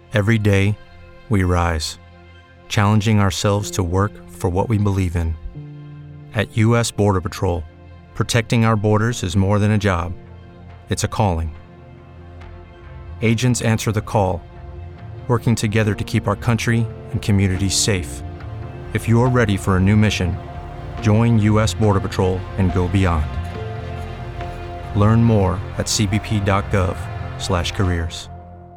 Every day, we rise, challenging ourselves to work for what we believe in. At U.S. Border Patrol, protecting our borders is more than a job. It's a calling. Agents answer the call, working together to keep our country and communities safe. If you are ready for a new mission, join U.S. Border Patrol and go beyond. Learn more at cbp.gov/careers.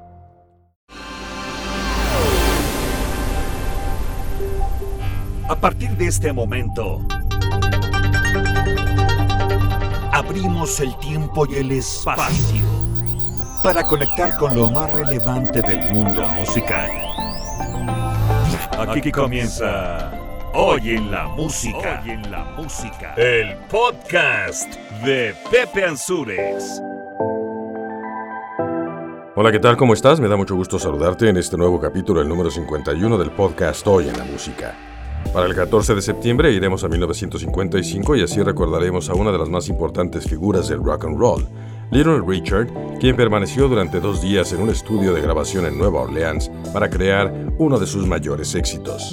A partir de este momento, abrimos el tiempo y el espacio para conectar con lo más relevante del mundo musical. Aquí comienza Hoy en la Música, el podcast de Pepe Ansúrez. Hola, ¿qué tal? ¿Cómo estás? Me da mucho gusto saludarte en este nuevo capítulo, el número 51 del podcast Hoy en la Música. Para el 14 de septiembre iremos a 1955 y así recordaremos a una de las más importantes figuras del rock and roll, Little Richard, quien permaneció durante 2 días en un estudio de grabación en Nueva Orleans para crear uno de sus mayores éxitos.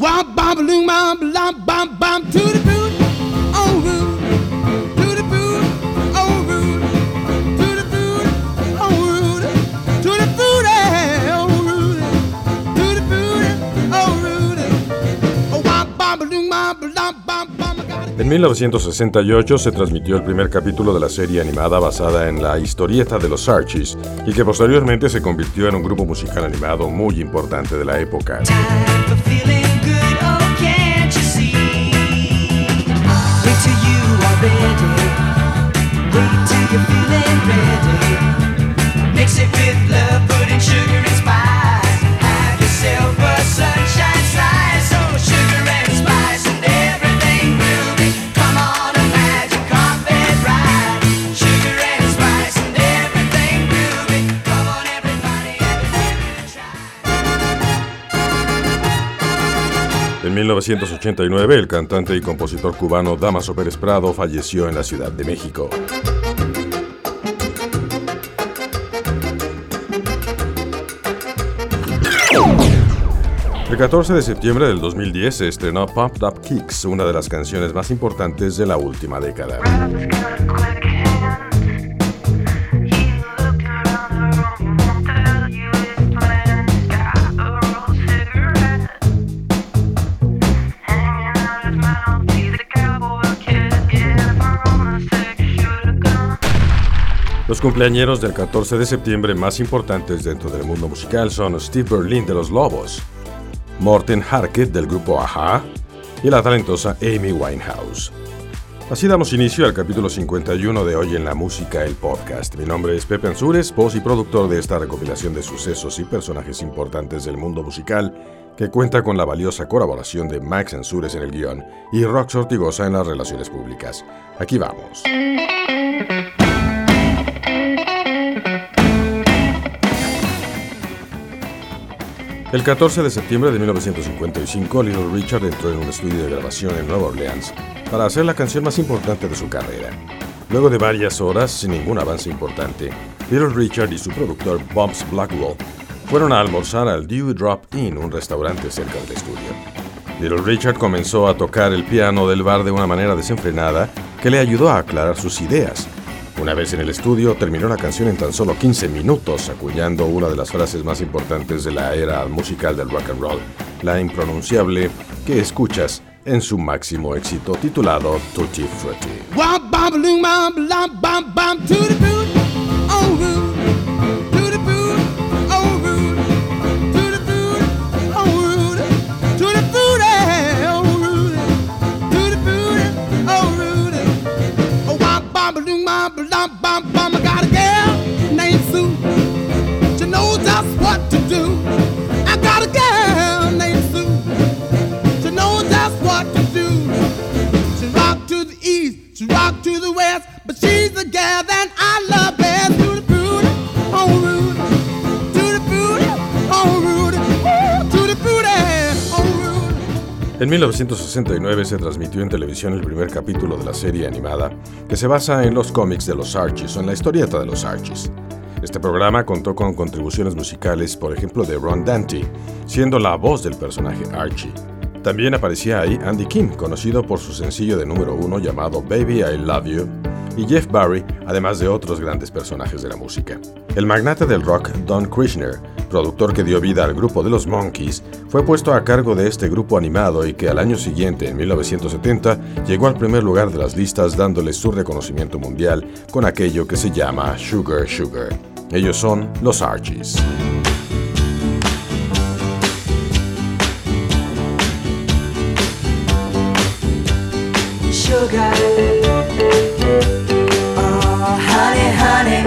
En 1968 se transmitió el primer capítulo de la serie animada basada en la historieta de los Archies y que posteriormente se convirtió en un grupo musical animado muy importante de la época. En 1989, el cantante y compositor cubano Dámaso Pérez Prado falleció en la Ciudad de México. El 14 de septiembre del 2010 se estrenó Pumped Up Kicks, una de las canciones más importantes de la última década. Los cumpleañeros del 14 de septiembre más importantes dentro del mundo musical son Steve Berlin de Los Lobos, Morten Harket del grupo a-ha y la talentosa Amy Winehouse. Así damos inicio al capítulo 51 de Hoy en la Música, el podcast. Mi nombre es Pepe Ansúrez, voz y productor de esta recopilación de sucesos y personajes importantes del mundo musical, que cuenta con la valiosa colaboración de Max Ansúrez en el guión y Rox Ortigosa en las relaciones públicas. Aquí vamos. El 14 de septiembre de 1955, Little Richard entró en un estudio de grabación en Nueva Orleans para hacer la canción más importante de su carrera. Luego de varias horas, sin ningún avance importante, Little Richard y su productor Bumps Blackwell fueron a almorzar al Dewdrop Inn, un restaurante cerca del estudio. Little Richard comenzó a tocar el piano del bar de una manera desenfrenada que le ayudó a aclarar sus ideas. Una vez en el estudio, terminó la canción en tan solo 15 minutos, acuñando una de las frases más importantes de la era musical del rock and roll, la impronunciable que escuchas en su máximo éxito titulado Tutti Frutti. I got a girl named Sue. She knows just what to do. I got a girl named Sue. She knows just what to do. She rock to the east, she rock to the west, but she's the girl that I love best. To the booty, oh Rudy. To the booty, oh Rudy. To the booty, oh Rudy. En 1969 se transmitió en televisión el primer capítulo de la serie animada que se basa en los cómics de los Archies o en la historieta de los Archies. Este programa contó con contribuciones musicales, por ejemplo, de Ron Dante, siendo la voz del personaje Archie. También aparecía ahí Andy Kim, conocido por su sencillo de número 1 llamado Baby I Love You, y Jeff Barry, además de otros grandes personajes de la música. El magnate del rock, Don Kirshner, productor que dio vida al grupo de los Monkees, fue puesto a cargo de este grupo animado y que al año siguiente, en 1970, llegó al primer lugar de las listas dándole su reconocimiento mundial con aquello que se llama Sugar Sugar. Ellos son los Archies. Sugar, oh honey, honey,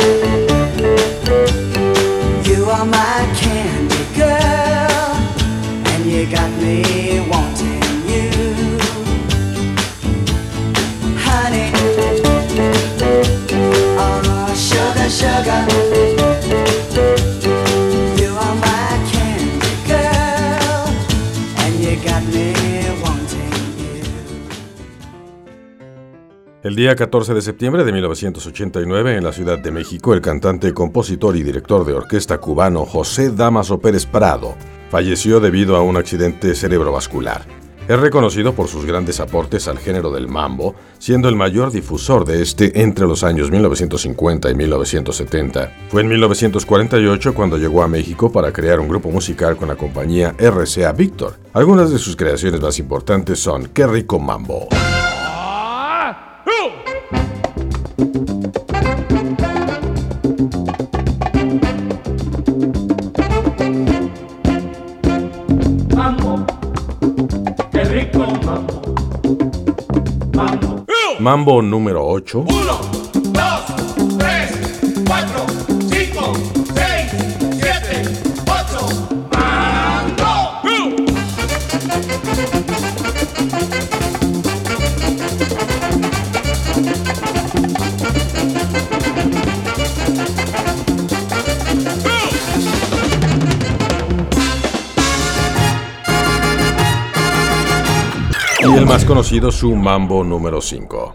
you are my candy girl, and you got me wanting you, honey, oh sugar, sugar, you are my candy girl, and you got me wanting you. El día 14 de septiembre de 1989, en la Ciudad de México, el cantante, compositor y director de orquesta cubano José Dámaso Pérez Prado falleció debido a un accidente cerebrovascular. Es reconocido por sus grandes aportes al género del mambo, siendo el mayor difusor de este entre los años 1950 y 1970. Fue en 1948 cuando llegó a México para crear un grupo musical con la compañía RCA Víctor. Algunas de sus creaciones más importantes son Qué rico mambo. Mambo, qué rico el mambo. Mambo. Mambo número 8. 1, 2, 3, 4, 5, 6, 7, 8. Mambo. Y el más conocido, su Mambo número 5.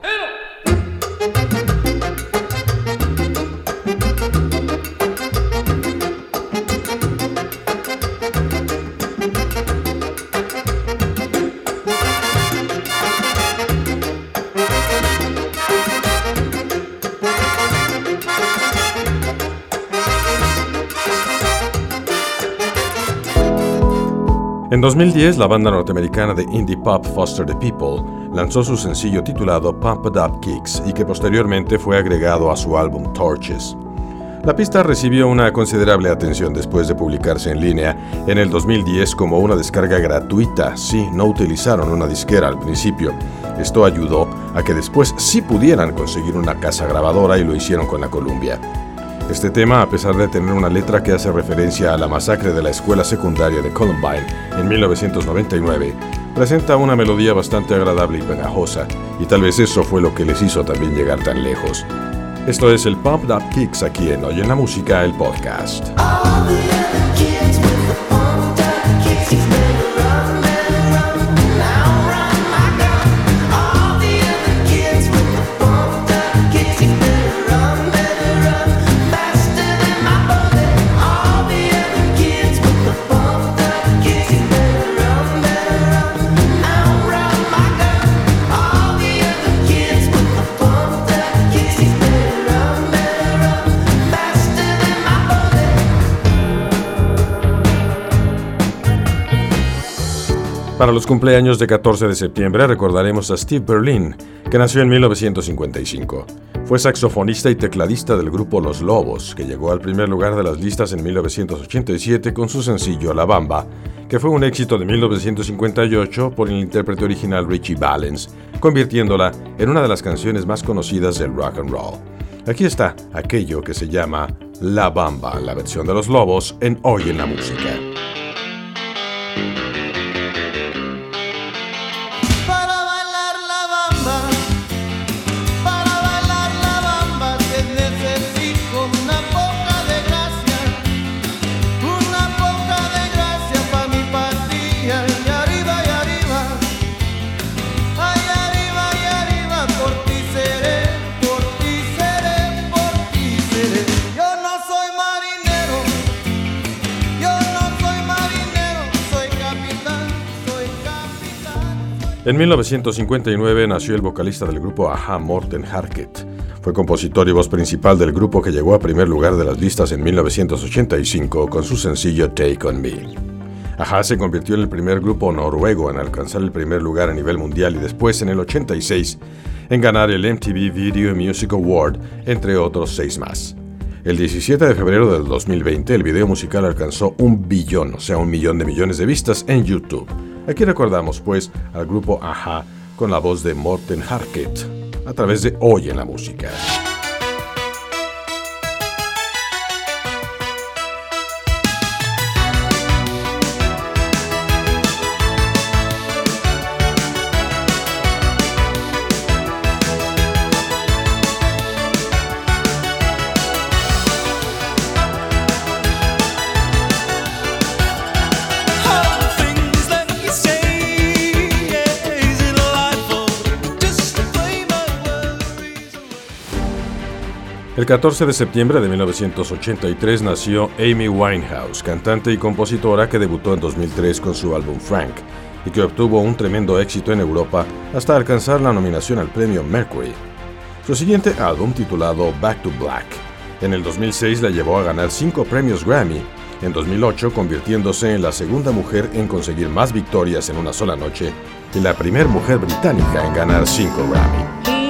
En 2010, la banda norteamericana de indie pop Foster the People lanzó su sencillo titulado Pump It Up Kicks y que posteriormente fue agregado a su álbum Torches. La pista recibió una considerable atención después de publicarse en línea en el 2010 como una descarga gratuita. Sí, no utilizaron una disquera al principio. Esto ayudó a que después sí pudieran conseguir una casa grabadora y lo hicieron con la Columbia. Este tema, a pesar de tener una letra que hace referencia a la masacre de la escuela secundaria de Columbine en 1999, presenta una melodía bastante agradable y pegajosa, y tal vez eso fue lo que les hizo también llegar tan lejos. Esto es el Pump Up Kicks aquí en Oye en la Música, el podcast. Para los cumpleaños de 14 de septiembre recordaremos a Steve Berlin, que nació en 1955. Fue saxofonista y tecladista del grupo Los Lobos, que llegó al primer lugar de las listas en 1987 con su sencillo La Bamba, que fue un éxito de 1958 por el intérprete original Ritchie Valens, convirtiéndola en una de las canciones más conocidas del rock and roll. Aquí está aquello que se llama La Bamba, la versión de Los Lobos en Hoy en la Música. Yo no soy más En 1959 nació el vocalista del grupo a-ha, Morten Harket. Fue compositor y voz principal del grupo que llegó a primer lugar de las listas en 1985 con su sencillo Take On Me. a-ha se convirtió en el primer grupo noruego en alcanzar el primer lugar a nivel mundial y después, en el 86, en ganar el MTV Video Music Award, entre otros 6 más. El 17 de febrero del 2020, el video musical alcanzó 1 billón, o sea, 1 millón de millones de vistas en YouTube. Aquí recordamos, pues, al grupo a-ha con la voz de Morten Harket, a través de Hoy en la Música. El 14 de septiembre de 1983 nació Amy Winehouse, cantante y compositora que debutó en 2003 con su álbum Frank y que obtuvo un tremendo éxito en Europa hasta alcanzar la nominación al premio Mercury. Su siguiente álbum, titulado Back to Black, en el 2006 la llevó a ganar 5 premios Grammy, en 2008 convirtiéndose en la segunda mujer en conseguir más victorias en una sola noche y la primera mujer británica en ganar 5 Grammy.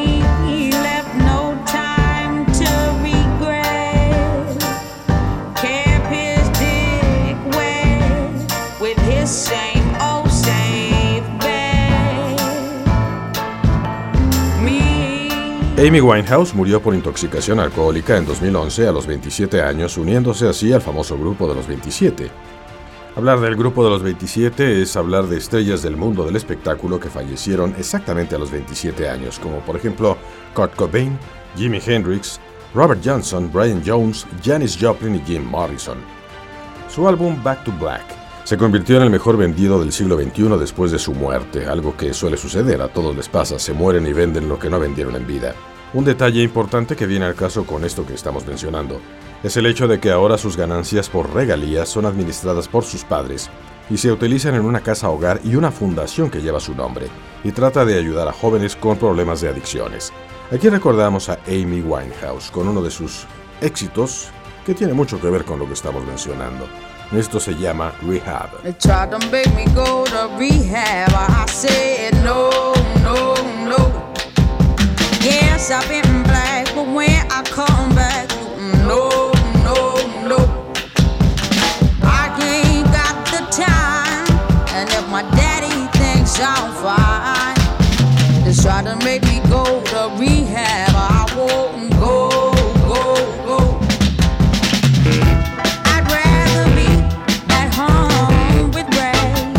Amy Winehouse murió por intoxicación alcohólica en 2011 a los 27 años, uniéndose así al famoso Grupo de los 27. Hablar del Grupo de los 27 es hablar de estrellas del mundo del espectáculo que fallecieron exactamente a los 27 años, como por ejemplo Kurt Cobain, Jimi Hendrix, Robert Johnson, Brian Jones, Janis Joplin y Jim Morrison. Su álbum Back to Black se convirtió en el mejor vendido del siglo XXI después de su muerte, algo que suele suceder, a todos les pasa, se mueren y venden lo que no vendieron en vida. Un detalle importante que viene al caso con esto que estamos mencionando es el hecho de que ahora sus ganancias por regalías son administradas por sus padres y se utilizan en una casa hogar y una fundación que lleva su nombre y trata de ayudar a jóvenes con problemas de adicciones. Aquí recordamos a Amy Winehouse con uno de sus éxitos que tiene mucho que ver con lo que estamos mencionando. Esto se llama Rehab. They tried to make me go to rehab. I said no, no, no. Yes, I've been black, but when I come back, no, no, no. I ain't got the time, and if my daddy thinks I'm fine, they try to make me go to rehab. I won't go, go, go. I'd rather be at home with Ray.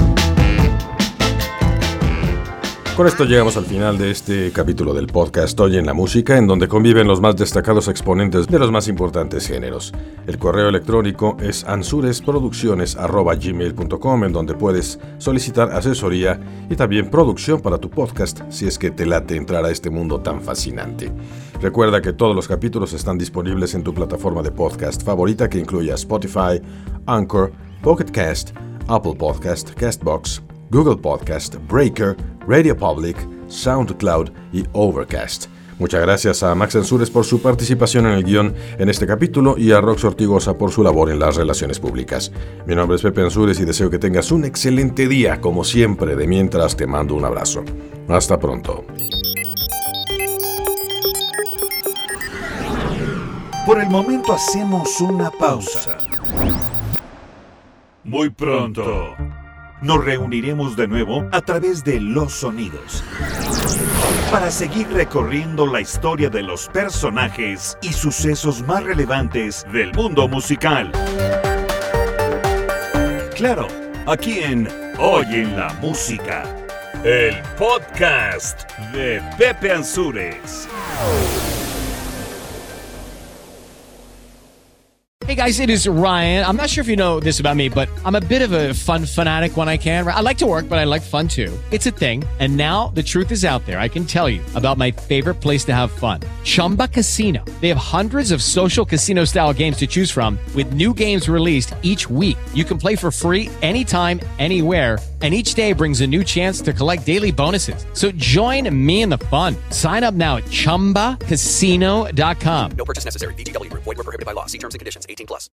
Con esto llegamos al final de este capítulo del podcast Hoy en la Música, en donde conviven los más destacados exponentes de los más importantes géneros. El correo electrónico es ansuresproducciones@gmail.com, en donde puedes solicitar asesoría y también producción para tu podcast, si es que te late entrar a este mundo tan fascinante. Recuerda que todos los capítulos están disponibles en tu plataforma de podcast favorita, que incluye Spotify, Anchor, Pocket Cast, Apple Podcast, Castbox, Google Podcast, Breaker, Radio Public, SoundCloud y Overcast. Muchas gracias a Max Ansures por su participación en el guión en este capítulo y a Rox Ortigosa por su labor en las relaciones públicas. Mi nombre es Pepe Ansures y deseo que tengas un excelente día, como siempre. De mientras, te mando un abrazo. Hasta pronto. Por el momento hacemos una pausa. Muy pronto nos reuniremos de nuevo a través de los sonidos para seguir recorriendo la historia de los personajes y sucesos más relevantes del mundo musical. Claro, aquí en Hoy en la Música, el podcast de Pepe Ansures. Hey guys, it is Ryan. I'm not sure if you know this about me, but I'm a bit of a fun fanatic when I can. I like to work, but I like fun too. It's a thing. And now the truth is out there. I can tell you about my favorite place to have fun. Chumba Casino. They have hundreds of social casino style games to choose from with new games released each week. You can play for free anytime, anywhere, And each day brings a new chance to collect daily bonuses. So join me in the fun. Sign up now at ChumbaCasino.com. No purchase necessary. VGW Group. Void where prohibited by law. See terms and conditions. 18+.